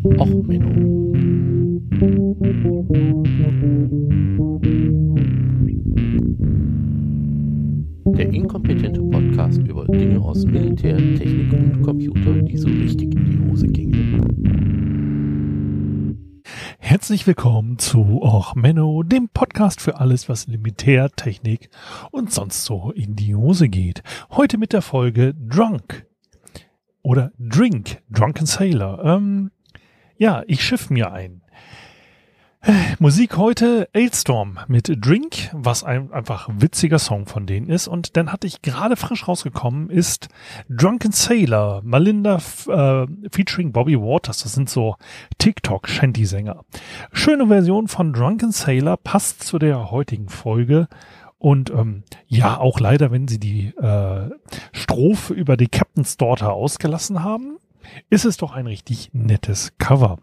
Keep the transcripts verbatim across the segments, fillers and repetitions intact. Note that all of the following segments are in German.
Och, Menno. Der inkompetente Podcast über Dinge aus Militär, Technik und Computer, die so richtig in die Hose gingen. Herzlich willkommen zu Och, Menno, dem Podcast für alles, was Militär, Technik und sonst so in die Hose geht. Heute mit der Folge Drunk oder Drink, Drunken Sailor. Ähm, ja, ich schiff mir ein. Musik heute Ailstorm mit Drink, was ein einfach witziger Song von denen ist. Und dann hatte ich gerade frisch rausgekommen, ist Drunken Sailor, Malinda äh, featuring Bobby Waters. Das sind so TikTok-Shanty-Sänger. Schöne Version von Drunken Sailor, passt zu der heutigen Folge. Und ähm, ja, auch leider, wenn sie die äh, Strophe über die Captain's Daughter ausgelassen haben, ist es doch ein richtig nettes Cover.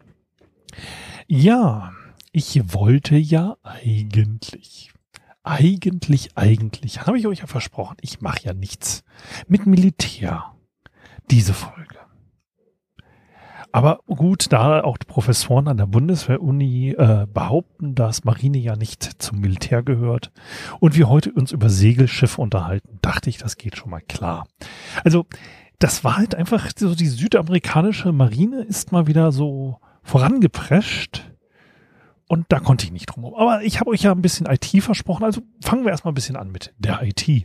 Ja, ich wollte ja eigentlich, eigentlich, eigentlich, habe ich euch ja versprochen, ich mache ja nichts mit Militär, diese Folge. Aber gut, da auch die Professoren an der Bundeswehr-Uni äh, behaupten, dass Marine ja nicht zum Militär gehört und wir heute uns über Segelschiffe unterhalten, dachte ich, das geht schon mal klar. Also, das war halt einfach so, die südamerikanische Marine ist mal wieder so vorangeprescht. Und da konnte ich nicht drum herum. Aber ich habe euch ja ein bisschen I T versprochen, also fangen wir erstmal ein bisschen an mit der I T.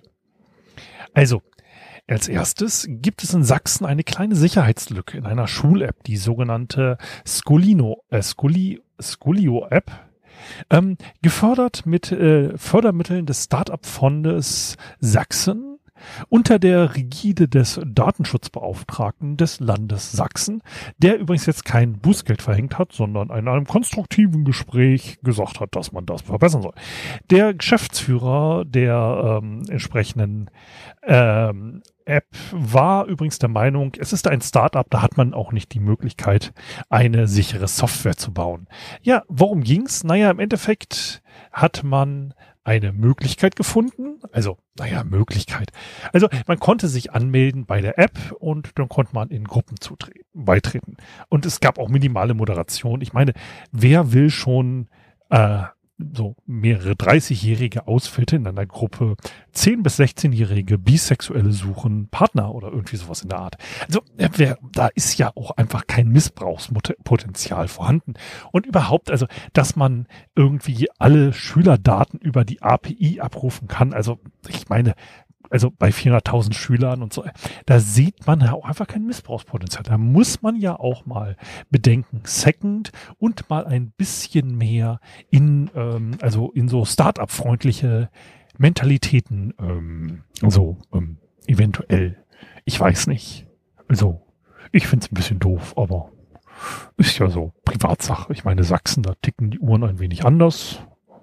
Also, als erstes gibt es in Sachsen eine kleine Sicherheitslücke in einer Schul-App, die sogenannte Scolino, äh, Scoli, Scolio-App, ähm, gefördert mit äh, Fördermitteln des Start-up-Fondes Sachsen unter der Rigide des Datenschutzbeauftragten des Landes Sachsen, der übrigens jetzt kein Bußgeld verhängt hat, sondern in einem konstruktiven Gespräch gesagt hat, dass man das verbessern soll. Der Geschäftsführer der ähm, entsprechenden ähm, App war übrigens der Meinung, es ist ein Start-up, da hat man auch nicht die Möglichkeit, eine sichere Software zu bauen. Ja, worum ging's? Naja, im Endeffekt hat man eine Möglichkeit gefunden, also, naja, Möglichkeit. Also, man konnte sich anmelden bei der App und dann konnte man in Gruppen zutreten, beitreten. Und es gab auch minimale Moderation. Ich meine, wer will schon äh, so mehrere dreißigjährige Ausfälle in einer Gruppe, zehn- bis sechzehnjährige Bisexuelle suchen, Partner oder irgendwie sowas in der Art. Also wer, da ist ja auch einfach kein Missbrauchspotenzial vorhanden. Und überhaupt, also, dass man irgendwie alle Schülerdaten über die A P I abrufen kann, also ich meine, also bei vierhunderttausend Schülern und so, da sieht man ja auch einfach kein Missbrauchspotenzial. Da muss man ja auch mal bedenken, Second und mal ein bisschen mehr in, ähm, also in so Start-up-freundliche Mentalitäten, ähm, so ähm, eventuell. Ich weiß nicht. Also, ich finde es ein bisschen doof, aber ist ja so Privatsache. Ich meine, Sachsen, da ticken die Uhren ein wenig anders.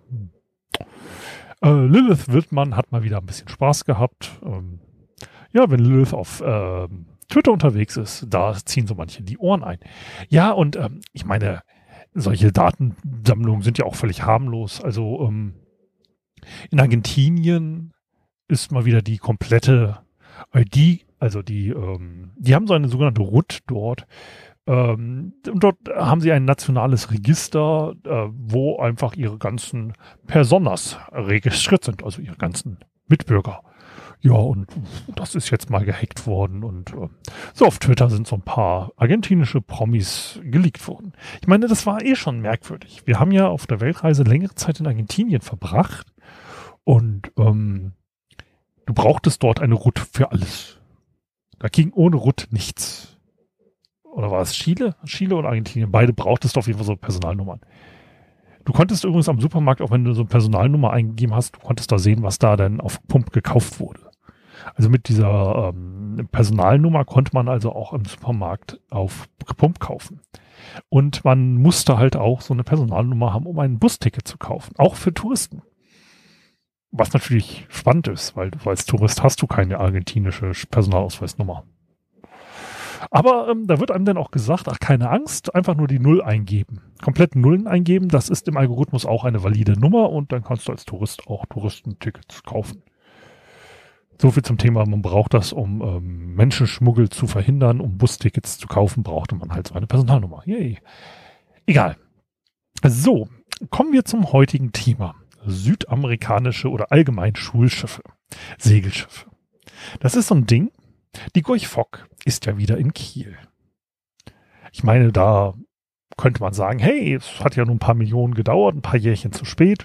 Äh, Lilith Wildmann hat mal wieder ein bisschen Spaß gehabt. Ähm, ja, wenn Lilith auf äh, Twitter unterwegs ist, da ziehen so manche die Ohren ein. Ja, und ähm, ich meine, solche Datensammlungen sind ja auch völlig harmlos. Also ähm, in Argentinien ist mal wieder die komplette I D, also die, ähm, die haben so eine sogenannte R U T dort. Ähm, und dort haben sie ein nationales Register, äh, wo einfach ihre ganzen Personas registriert sind, also ihre ganzen Mitbürger. Ja, und das ist jetzt mal gehackt worden und äh, so auf Twitter sind so ein paar argentinische Promis geleakt worden. Ich meine, das war eh schon merkwürdig. Wir haben ja auf der Weltreise längere Zeit in Argentinien verbracht und ähm, du brauchtest dort eine R U T für alles. Da ging ohne R U T nichts. Oder war es Chile? Chile und Argentinien. Beide brauchtest du auf jeden Fall so Personalnummern. Du konntest übrigens am Supermarkt, auch wenn du so eine Personalnummer eingegeben hast, du konntest da sehen, was da denn auf Pump gekauft wurde. Also mit dieser ähm, Personalnummer konnte man also auch im Supermarkt auf Pump kaufen. Und man musste halt auch so eine Personalnummer haben, um ein Busticket zu kaufen. Auch für Touristen. Was natürlich spannend ist, weil du als Tourist hast du keine argentinische Personalausweisnummer. Aber ähm, da wird einem dann auch gesagt, ach, keine Angst, einfach nur die Null eingeben. Komplett Nullen eingeben, das ist im Algorithmus auch eine valide Nummer und dann kannst du als Tourist auch Touristentickets kaufen. So viel zum Thema, man braucht das, um ähm, Menschenschmuggel zu verhindern, um Bustickets zu kaufen, brauchte man halt so eine Personalnummer. Yay. Egal. So, kommen wir zum heutigen Thema. Südamerikanische oder allgemein Schulschiffe, Segelschiffe. Das ist so ein Ding. Die Gorch Fock ist ja wieder in Kiel. Ich meine, da könnte man sagen, hey, es hat ja nur ein paar Millionen gedauert, ein paar Jährchen zu spät.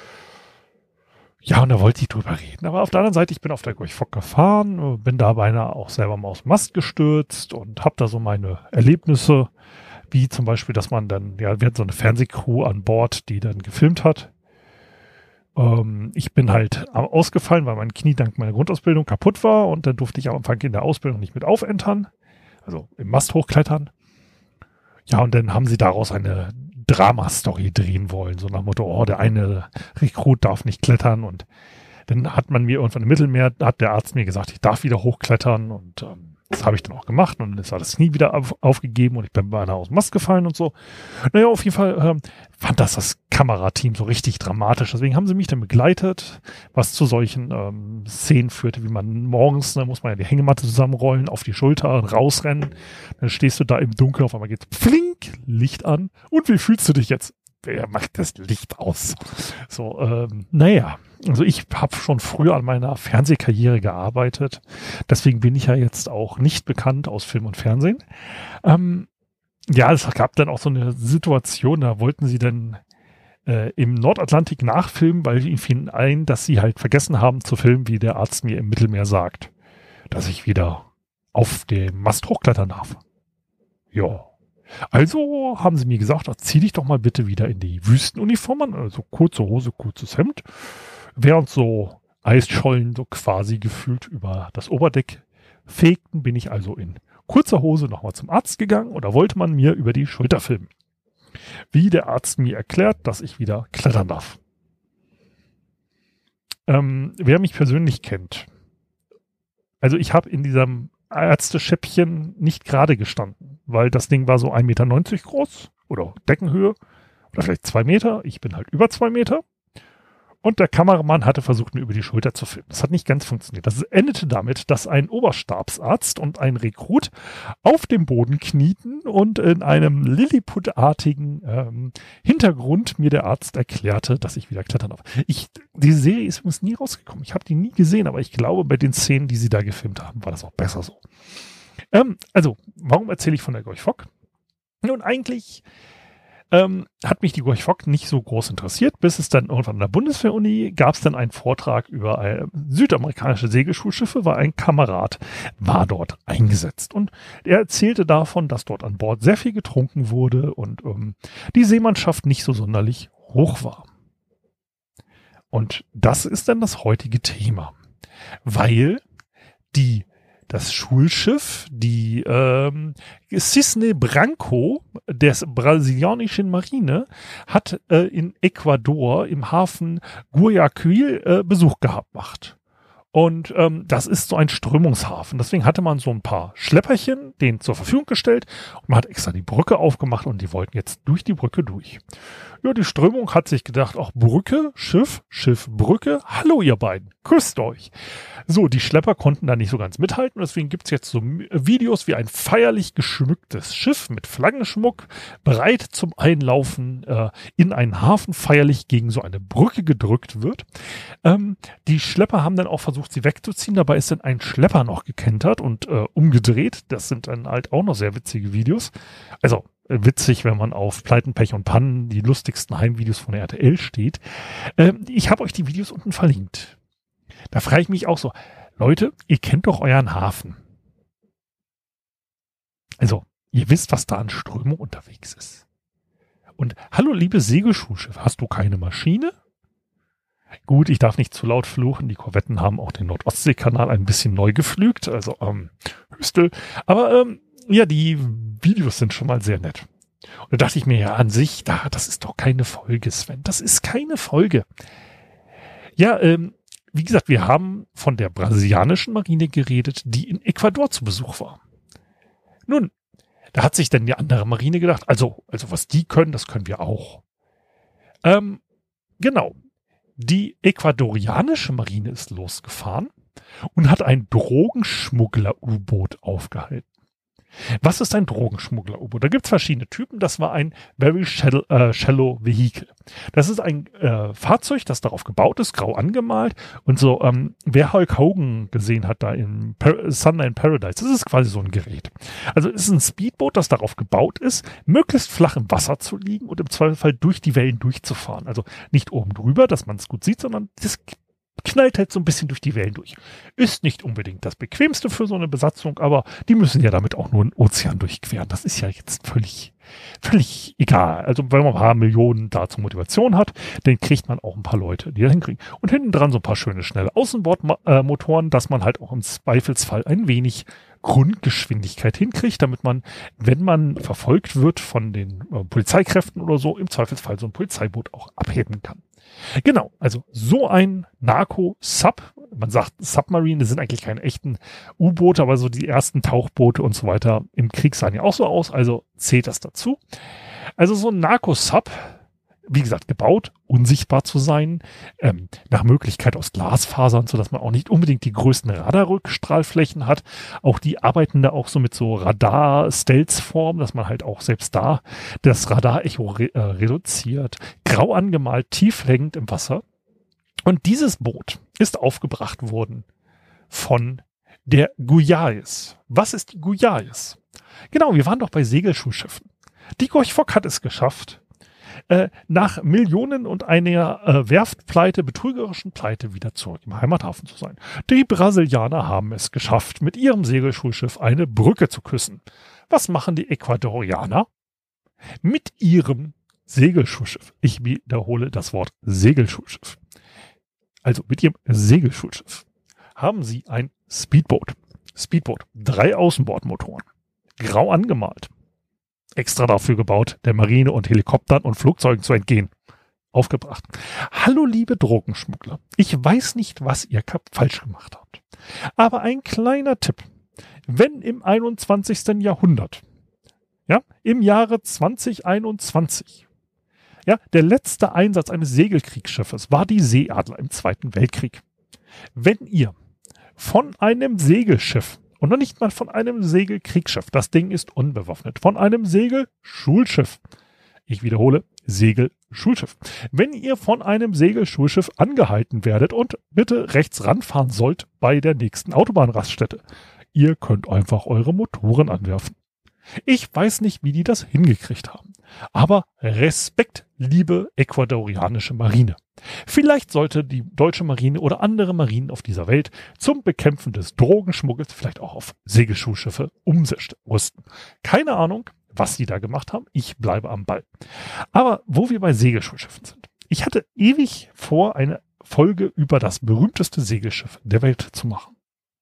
Ja, und da wollte ich drüber reden. Aber auf der anderen Seite, ich bin auf der Gorch Fock gefahren, bin da beinahe auch selber mal aus dem Mast gestürzt und habe da so meine Erlebnisse, wie zum Beispiel, dass man dann, ja, wir hatten so eine Fernsehcrew an Bord, die dann gefilmt hat. Ähm, ich bin halt ausgefallen, weil mein Knie dank meiner Grundausbildung kaputt war und dann durfte ich am Anfang in der Ausbildung nicht mit aufentern, also im Mast hochklettern. Ja, und dann haben sie daraus eine Drama-Story drehen wollen, so nach dem Motto, oh, der eine Rekrut darf nicht klettern und dann hat man mir irgendwann im Mittelmeer, hat der Arzt mir gesagt, ich darf wieder hochklettern und ähm, das habe ich dann auch gemacht und dann ist das Knie wieder auf, aufgegeben und ich bin beinahe aus dem Mast gefallen und so. Naja, auf jeden Fall ähm, fand das das Kamerateam so richtig dramatisch, deswegen haben sie mich dann begleitet, was zu solchen ähm, Szenen führte, wie man morgens, da muss man ja die Hängematte zusammenrollen, auf die Schulter rausrennen, dann stehst du da im Dunkeln, auf einmal geht's flink, Licht an und wie fühlst du dich jetzt? Wer macht das Licht aus? So, ähm, naja, also ich habe schon früher an meiner Fernsehkarriere gearbeitet, deswegen bin ich ja jetzt auch nicht bekannt aus Film und Fernsehen. Ähm, ja, es gab dann auch so eine Situation, da wollten sie dann äh, im Nordatlantik nachfilmen, weil ihnen fiel ein, dass sie halt vergessen haben zu filmen, wie der Arzt mir im Mittelmeer sagt, dass ich wieder auf dem Mast hochklettern darf. Ja. Also haben sie mir gesagt, zieh dich doch mal bitte wieder in die Wüstenuniform an, also kurze Hose, kurzes Hemd, während so Eisschollen so quasi gefühlt über das Oberdeck fegten, bin ich also in kurzer Hose nochmal zum Arzt gegangen oder wollte man mir über die Schulter filmen. Wie der Arzt mir erklärt, dass ich wieder klettern darf. Ähm, wer mich persönlich kennt, also ich habe in diesem Ärzteschäppchen nicht gerade gestanden, weil das Ding war so ein Meter neunzig groß oder Deckenhöhe oder vielleicht zwei Meter. Ich bin halt über zwei Meter und der Kameramann hatte versucht, mir über die Schulter zu filmen. Das hat nicht ganz funktioniert. Das endete damit, dass ein Oberstabsarzt und ein Rekrut auf dem Boden knieten und in einem Lilliput-artigen ähm, Hintergrund mir der Arzt erklärte, dass ich wieder klettern darf. Ich, diese Serie ist übrigens nie rausgekommen. Ich habe die nie gesehen, aber ich glaube, bei den Szenen, die sie da gefilmt haben, war das auch besser so. Ähm, also, warum erzähle ich von der Gorch Fock? Nun, eigentlich Ähm, hat mich die Gorch Fock nicht so groß interessiert, bis es dann irgendwann an der Bundeswehr-Uni gab es dann einen Vortrag über äh, südamerikanische Segelschulschiffe, weil ein Kamerad war dort eingesetzt. Und er erzählte davon, dass dort an Bord sehr viel getrunken wurde und ähm, die Seemannschaft nicht so sonderlich hoch war. Und das ist dann das heutige Thema, weil die das Schulschiff, die ähm, Cisne Branco der brasilianischen Marine, hat äh, in Ecuador im Hafen Guayaquil äh, Besuch gehabt macht. Und ähm, das ist so ein Strömungshafen. Deswegen hatte man so ein paar Schlepperchen, denen zur Verfügung gestellt. Und man hat extra die Brücke aufgemacht und die wollten jetzt durch die Brücke durch. Ja, die Strömung hat sich gedacht, auch Brücke, Schiff, Schiff, Brücke. Hallo ihr beiden, küsst euch. So, die Schlepper konnten da nicht so ganz mithalten. Deswegen gibt's jetzt so Videos, wie ein feierlich geschmücktes Schiff mit Flaggenschmuck bereit zum Einlaufen äh, in einen Hafen feierlich gegen so eine Brücke gedrückt wird. Ähm, die Schlepper haben dann auch versucht, sie wegzuziehen. Dabei ist dann ein Schlepper noch gekentert und äh, umgedreht. Das sind dann halt auch noch sehr witzige Videos. Also äh, witzig, wenn man auf Pleiten, Pech und Pannen, die lustigsten Heimvideos von der R T L steht. Ähm, ich habe euch die Videos unten verlinkt. Da frage ich mich auch so, Leute, ihr kennt doch euren Hafen. Also, ihr wisst, was da an Strömung unterwegs ist. Und hallo, liebe Segelschulschiff, hast du keine Maschine? Gut, ich darf nicht zu laut fluchen. Die Korvetten haben auch den Nord-Ostsee-Kanal ein bisschen neu geflügt, also ähm, Hüstel. Aber ähm, ja, die Videos sind schon mal sehr nett. Und da dachte ich mir ja an sich, da, das ist doch keine Folge, Sven. Das ist keine Folge. Ja, ähm, wie gesagt, wir haben von der brasilianischen Marine geredet, die in Ecuador zu Besuch war. Nun, da hat sich dann die andere Marine gedacht, also, also was die können, das können wir auch. Ähm, genau. Die ecuadorianische Marine ist losgefahren und hat ein Drogenschmuggler-U-Boot aufgehalten. Was ist ein Drogenschmuggler-U-Boot? Da gibt es verschiedene Typen. Das war ein Very Shallow, äh, shallow Vehicle. Das ist ein äh, Fahrzeug, das darauf gebaut ist, grau angemalt. Und so, ähm, wer Hulk Hogan gesehen hat da in Par- Thunder in Paradise, das ist quasi so ein Gerät. Also es ist ein Speedboot, das darauf gebaut ist, möglichst flach im Wasser zu liegen und im Zweifelsfall durch die Wellen durchzufahren. Also nicht oben drüber, dass man es gut sieht, sondern das knallt halt so ein bisschen durch die Wellen durch. Ist nicht unbedingt das Bequemste für so eine Besatzung, aber die müssen ja damit auch nur einen Ozean durchqueren. Das ist ja jetzt völlig, völlig egal. Also wenn man ein paar Millionen dazu Motivation hat, dann kriegt man auch ein paar Leute, die da hinkriegen. Und hinten dran so ein paar schöne, schnelle Außenbordmotoren, dass man halt auch im Zweifelsfall ein wenig Grundgeschwindigkeit hinkriegt, damit man, wenn man verfolgt wird von den äh, Polizeikräften oder so, im Zweifelsfall so ein Polizeiboot auch abheben kann. Genau, also so ein Narco-Sub, man sagt Submarine, das sind eigentlich keine echten U-Boote, aber so die ersten Tauchboote und so weiter im Krieg sahen ja auch so aus, also zählt das dazu. Also so ein Narco-Sub, wie gesagt, gebaut, unsichtbar zu sein, ähm, nach Möglichkeit aus Glasfasern, sodass man auch nicht unbedingt die größten Radarrückstrahlflächen hat. Auch die arbeiten da auch so mit so Radar-Stealth-Form, dass man halt auch selbst da das Radar-Echo re äh, reduziert. Grau angemalt, tief hängend im Wasser. Und dieses Boot ist aufgebracht worden von der Guyais. Was ist die Guyais? Genau, wir waren doch bei Segelschulschiffen. Die Gorch Fock hat es geschafft, Äh, nach Millionen und einer äh, Werftpleite, betrügerischen Pleite wieder zurück im Heimathafen zu sein. Die Brasilianer haben es geschafft, mit ihrem Segelschulschiff eine Brücke zu küssen. Was machen die Ecuadorianer? Mit ihrem Segelschulschiff. Ich wiederhole das Wort Segelschulschiff. Also mit ihrem Segelschulschiff haben sie ein Speedboot. Speedboot. Drei Außenbordmotoren. Grau angemalt. Extra dafür gebaut, der Marine und Helikoptern und Flugzeugen zu entgehen. Aufgebracht. Hallo liebe Drogenschmuggler. Ich weiß nicht, was ihr falsch gemacht habt. Aber ein kleiner Tipp. Wenn im einundzwanzigsten Jahrhundert, ja, im Jahre zwanzig einundzwanzig, ja, der letzte Einsatz eines Segelkriegsschiffes war die Seeadler im Zweiten Weltkrieg. Wenn ihr von einem Segelschiff und noch nicht mal von einem Segelkriegsschiff. Das Ding ist unbewaffnet. Von einem Segelschulschiff. Ich wiederhole, Segelschulschiff. Wenn ihr von einem Segelschulschiff angehalten werdet und bitte rechts ranfahren sollt bei der nächsten Autobahnraststätte, ihr könnt einfach eure Motoren anwerfen. Ich weiß nicht, wie die das hingekriegt haben. Aber Respekt, liebe ecuadorianische Marine. Vielleicht sollte die deutsche Marine oder andere Marinen auf dieser Welt zum Bekämpfen des Drogenschmuggels vielleicht auch auf Segelschulschiffe umrüsten. Keine Ahnung, was sie da gemacht haben. Ich bleibe am Ball. Aber wo wir bei Segelschulschiffen sind. Ich hatte ewig vor, eine Folge über das berühmteste Segelschiff der Welt zu machen.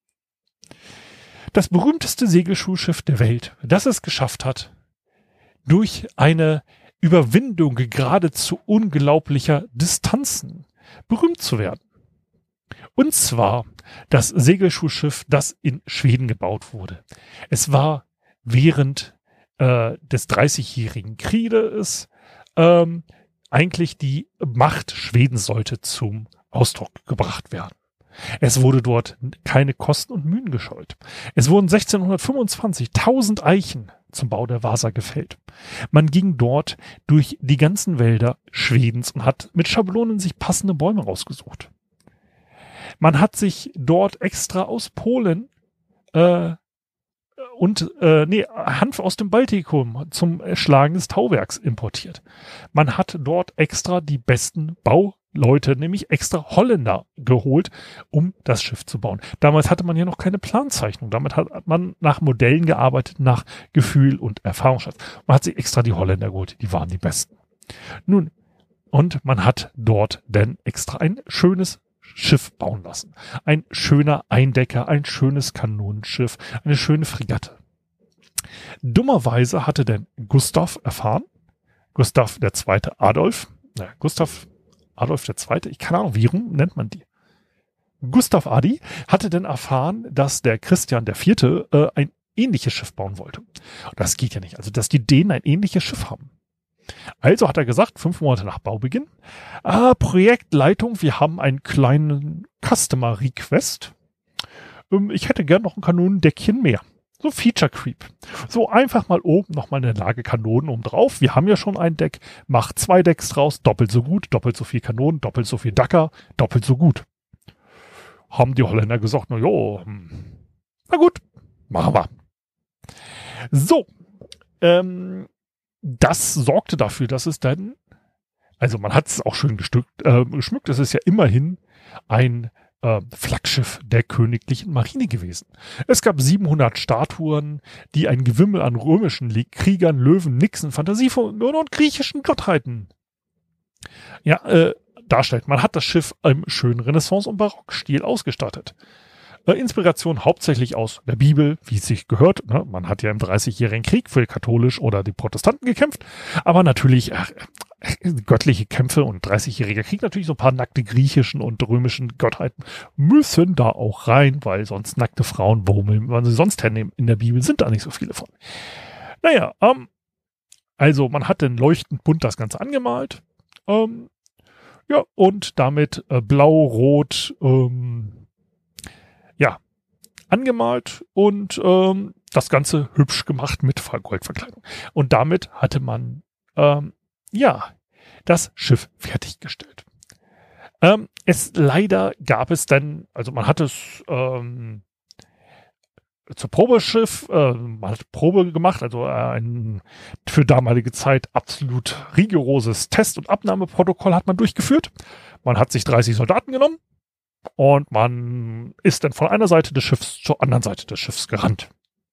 Das berühmteste Segelschulschiff der Welt, das es geschafft hat, durch eine Überwindung geradezu unglaublicher Distanzen berühmt zu werden. Und zwar das Segelschulschiff, das in Schweden gebaut wurde. Es war während äh, des dreißigjährigen Krieges ähm, eigentlich die Macht Schwedens sollte zum Ausdruck gebracht werden. Es wurde dort keine Kosten und Mühen gescheut. Es wurden sechzehnhundertfünfundzwanzig tausend Eichen zum Bau der Vasa gefällt. Man ging dort durch die ganzen Wälder Schwedens und hat mit Schablonen sich passende Bäume rausgesucht. Man hat sich dort extra aus Polen äh, und äh, nee, Hanf aus dem Baltikum zum Erschlagen des Tauwerks importiert. Man hat dort extra die besten Bauleute, nämlich extra Holländer, geholt, um das Schiff zu bauen. Damals hatte man ja noch keine Planzeichnung. Damit hat man nach Modellen gearbeitet, nach Gefühl und Erfahrungsschatz. Man hat sich extra die Holländer geholt, die waren die besten. Nun, und man hat dort dann extra ein schönes Schiff bauen lassen. Ein schöner Eindecker, ein schönes Kanonenschiff, eine schöne Fregatte. Dummerweise hatte denn Gustav erfahren, Gustav der Zweite Adolf, naja, Gustav Adolf der Zweite, ich keine Ahnung, wie rum nennt man die? Gustav Adi hatte denn erfahren, dass der Christian der Vierte äh, ein ähnliches Schiff bauen wollte. Und das geht ja nicht, also dass die Dänen ein ähnliches Schiff haben. Also hat er gesagt, fünf Monate nach Baubeginn, ah, Projektleitung, wir haben einen kleinen Customer Request. ähm, ich hätte gern noch ein Kanonendeckchen mehr. So Feature Creep. So einfach mal oben nochmal eine Lage Kanonen oben drauf. Wir haben ja schon ein Deck, macht zwei Decks draus, doppelt so gut, doppelt so viel Kanonen, doppelt so viel Dacker, doppelt so gut. Haben die Holländer gesagt, na jo, na gut, machen wir. So, ähm, das sorgte dafür, dass es dann, also man hat es auch schön gestückt, äh, geschmückt, es ist ja immerhin ein äh, Flaggschiff der königlichen Marine gewesen. Es gab siebenhundert Statuen, die ein Gewimmel an römischen Le- Kriegern, Löwen, Nixen, Fantasiefiguren und griechischen Gottheiten ja, äh, darstellt. Man hat das Schiff im schönen Renaissance- und Barockstil ausgestattet. Äh, Inspiration hauptsächlich aus der Bibel, wie es sich gehört. Ne? Man hat ja im dreißigjährigen Krieg für katholisch oder die Protestanten gekämpft, aber natürlich ach, göttliche Kämpfe und dreißigjähriger Krieg, natürlich so ein paar nackte griechischen und römischen Gottheiten müssen da auch rein, weil sonst nackte Frauen, wo man sie sonst hernehmen, in der Bibel sind da nicht so viele von. Naja, ähm, also man hat dann leuchtend bunt das Ganze angemalt. Ähm, ja, und damit äh, blau, rot, ähm, ja, angemalt und ähm, das Ganze hübsch gemacht mit Goldverkleidung. Und damit hatte man, ähm, ja, das Schiff fertiggestellt. Ähm, es leider gab es dann, also man hat es ähm, zur Probeschiff, äh, man hat Probe gemacht, also äh, ein für damalige Zeit absolut rigoroses Test- und Abnahmeprotokoll hat man durchgeführt. Man hat sich dreißig Soldaten genommen und man ist dann von einer Seite des Schiffs zur anderen Seite des Schiffs gerannt.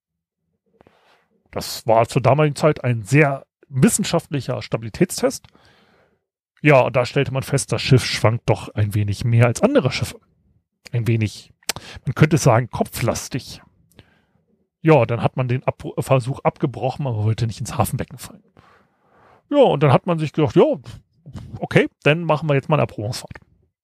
Das war zur damaligen Zeit ein sehr wissenschaftlicher Stabilitätstest. Ja, und da stellte man fest, das Schiff schwankt doch ein wenig mehr als andere Schiffe. Ein wenig, man könnte sagen, kopflastig. Ja, dann hat man den Ab- Versuch abgebrochen, aber wollte nicht ins Hafenbecken fallen. Ja, und dann hat man sich gedacht, ja, okay, dann machen wir jetzt mal eine Erprobungsfahrt.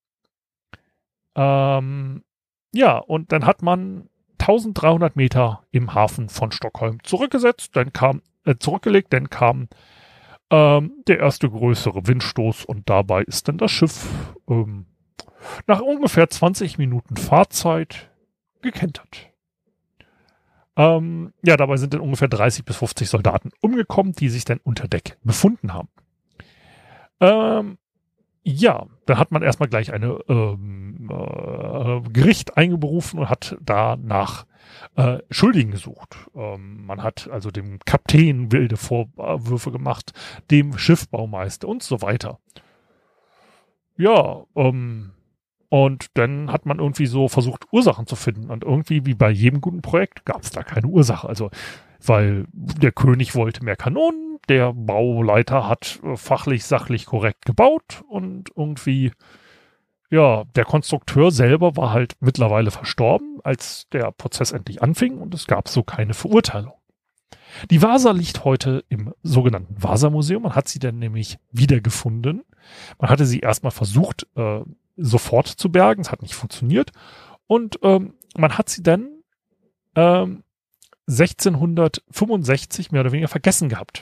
Ähm, ja, und dann hat man dreizehnhundert Meter im Hafen von Stockholm zurückgesetzt, dann kam, äh, zurückgelegt, dann kam ähm, der erste größere Windstoß und dabei ist dann das Schiff ähm, nach ungefähr zwanzig Minuten Fahrzeit gekentert. Ähm, ja, dabei sind dann ungefähr dreißig bis fünfzig Soldaten umgekommen, die sich dann unter Deck befunden haben. Ähm, ja, dann hat man erstmal gleich eine ähm, äh, Gericht eingeberufen und hat da nach äh, Schuldigen gesucht. Ähm, man hat also dem Kapitän wilde Vorwürfe gemacht, dem Schiffbaumeister und so weiter. Ja, ähm, und dann hat man irgendwie so versucht, Ursachen zu finden. Und irgendwie, wie bei jedem guten Projekt, gab es da keine Ursache. Also, weil der König wollte mehr Kanonen, der Bauleiter hat äh, fachlich, sachlich korrekt gebaut und irgendwie, ja, der Konstrukteur selber war halt mittlerweile verstorben, als der Prozess endlich anfing und es gab so keine Verurteilung. Die Vasa liegt heute im sogenannten Vasa-Museum. Man hat sie dann nämlich wiedergefunden. Man hatte sie erstmal versucht, äh, sofort zu bergen. Es hat nicht funktioniert. Und ähm, man hat sie dann ähm, sechzehnhundertfünfundsechzig mehr oder weniger vergessen gehabt.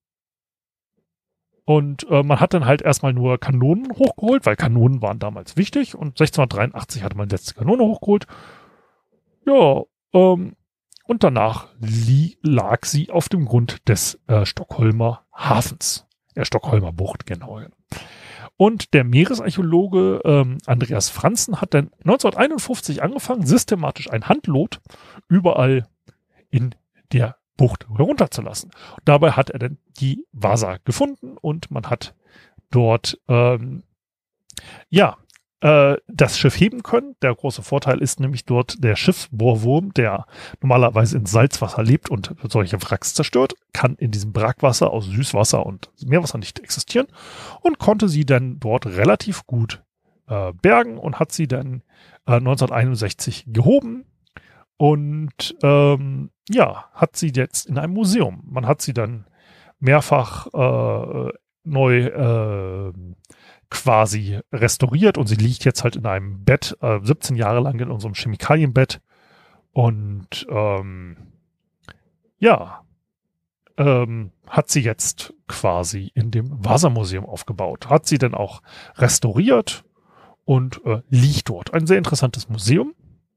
Und äh, man hat dann halt erstmal nur Kanonen hochgeholt, weil Kanonen waren damals wichtig. Und sechzehnhundertdreiundachtzig hatte man die letzte Kanone hochgeholt. Ja, ähm, und danach li- lag sie auf dem Grund des äh, Stockholmer Hafens. Der Stockholmer Bucht, genau. Und der Meeresarchäologe ähm, Andreas Franzen hat dann neunzehnhunderteinundfünfzig angefangen, systematisch ein Handlot überall in der Bucht herunterzulassen. Und dabei hat er dann die Vasa gefunden und man hat dort ähm, ja äh, das Schiff heben können. Der große Vorteil ist nämlich dort der Schiffsbohrwurm, der normalerweise in Salzwasser lebt und solche Wracks zerstört, kann in diesem Brackwasser aus Süßwasser und Meerwasser nicht existieren und konnte sie dann dort relativ gut äh, bergen und hat sie dann äh, neunzehnhunderteinundsechzig gehoben. Und ähm, ja, hat sie jetzt in einem Museum. Man hat sie dann mehrfach äh, neu äh, quasi restauriert und sie liegt jetzt halt in einem Bett, äh, siebzehn Jahre lang in unserem Chemikalienbett. Und ähm, ja, ähm, hat sie jetzt quasi in dem Vasa-Museum aufgebaut. Hat sie dann auch restauriert und äh, liegt dort. Ein sehr interessantes Museum.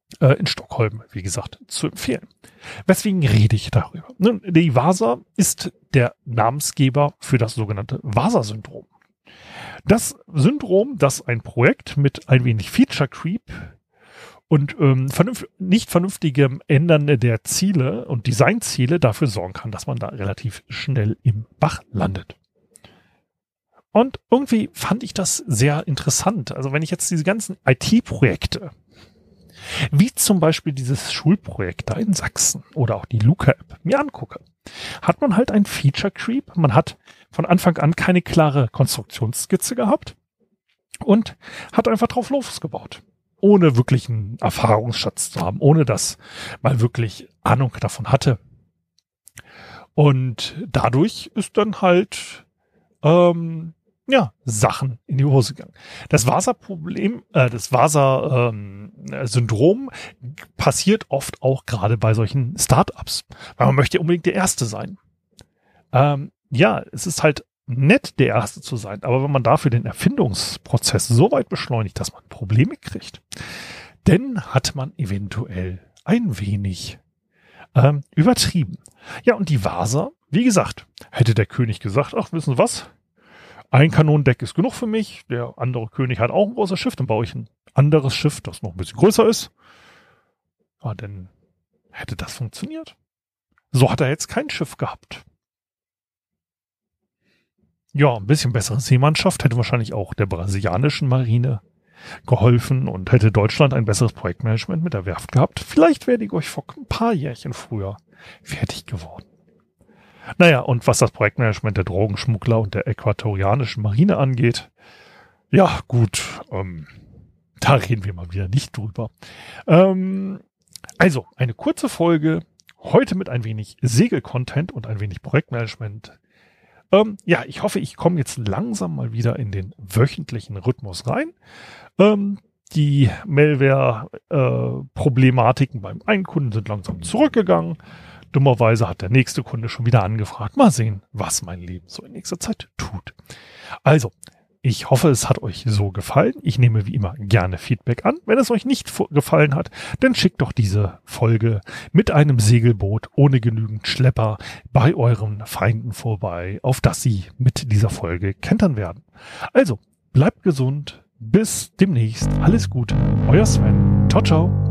äh, in Stockholm, wie gesagt, zu empfehlen. Weswegen rede ich darüber? Nun, die Vasa ist der Namensgeber für das sogenannte Vasa-Syndrom. Das Syndrom, das ein Projekt mit ein wenig Feature Creep und ähm, vernünft- nicht vernünftigem Ändern der Ziele und Designziele dafür sorgen kann, dass man da relativ schnell im Bach landet. Und irgendwie fand ich das sehr interessant. Also wenn ich jetzt diese ganzen I T-Projekte, wie zum Beispiel dieses Schulprojekt da in Sachsen oder auch die Luca-App mir angucke, hat man halt ein Feature Creep. Man hat von Anfang an keine klare Konstruktionsskizze gehabt und hat einfach drauf losgebaut. Ohne wirklich einen Erfahrungsschatz zu haben, ohne dass man wirklich Ahnung davon hatte. Und dadurch ist dann halt ähm, ja, Sachen in die Hose gegangen. Das Vasa-Problem, äh, das Vasa-Syndrom ähm, passiert oft auch gerade bei solchen Startups, weil man möchte ja unbedingt der Erste sein. Ähm, ja, es ist halt nett, der Erste zu sein, aber wenn man dafür den Erfindungsprozess so weit beschleunigt, dass man Probleme kriegt, dann hat man eventuell ein wenig ähm, übertrieben. Ja, und die Vasa, wie gesagt, hätte der König gesagt, ach, wissen Sie was? Ein Kanonendeck ist genug für mich. Der andere König hat auch ein großes Schiff. Dann baue ich ein anderes Schiff, das noch ein bisschen größer ist. Ja, dann hätte das funktioniert. So hat er jetzt kein Schiff gehabt. Ja, ein bisschen bessere Seemannschaft hätte wahrscheinlich auch der brasilianischen Marine geholfen und hätte Deutschland ein besseres Projektmanagement mit der Werft gehabt. Vielleicht wäre die euch vor ein paar Jährchen früher fertig geworden. Naja, und was das Projektmanagement der Drogenschmuggler und der äquatorianischen Marine angeht, ja gut, ähm, da reden wir mal wieder nicht drüber. Ähm, also, eine kurze Folge, heute mit ein wenig Segel-Content und ein wenig Projektmanagement. Ähm, ja, ich hoffe, ich komme jetzt langsam mal wieder in den wöchentlichen Rhythmus rein. Ähm, die Malware-Problematiken äh, beim einen Kunden sind langsam zurückgegangen. Dummerweise hat der nächste Kunde schon wieder angefragt. Mal sehen, was mein Leben so in nächster Zeit tut. Also, ich hoffe, es hat euch so gefallen. Ich nehme wie immer gerne Feedback an. Wenn es euch nicht gefallen hat, dann schickt doch diese Folge mit einem Segelboot ohne genügend Schlepper bei euren Feinden vorbei, auf das sie mit dieser Folge kentern werden. Also, bleibt gesund. Bis demnächst. Alles Gute. Euer Sven. Ciao, ciao.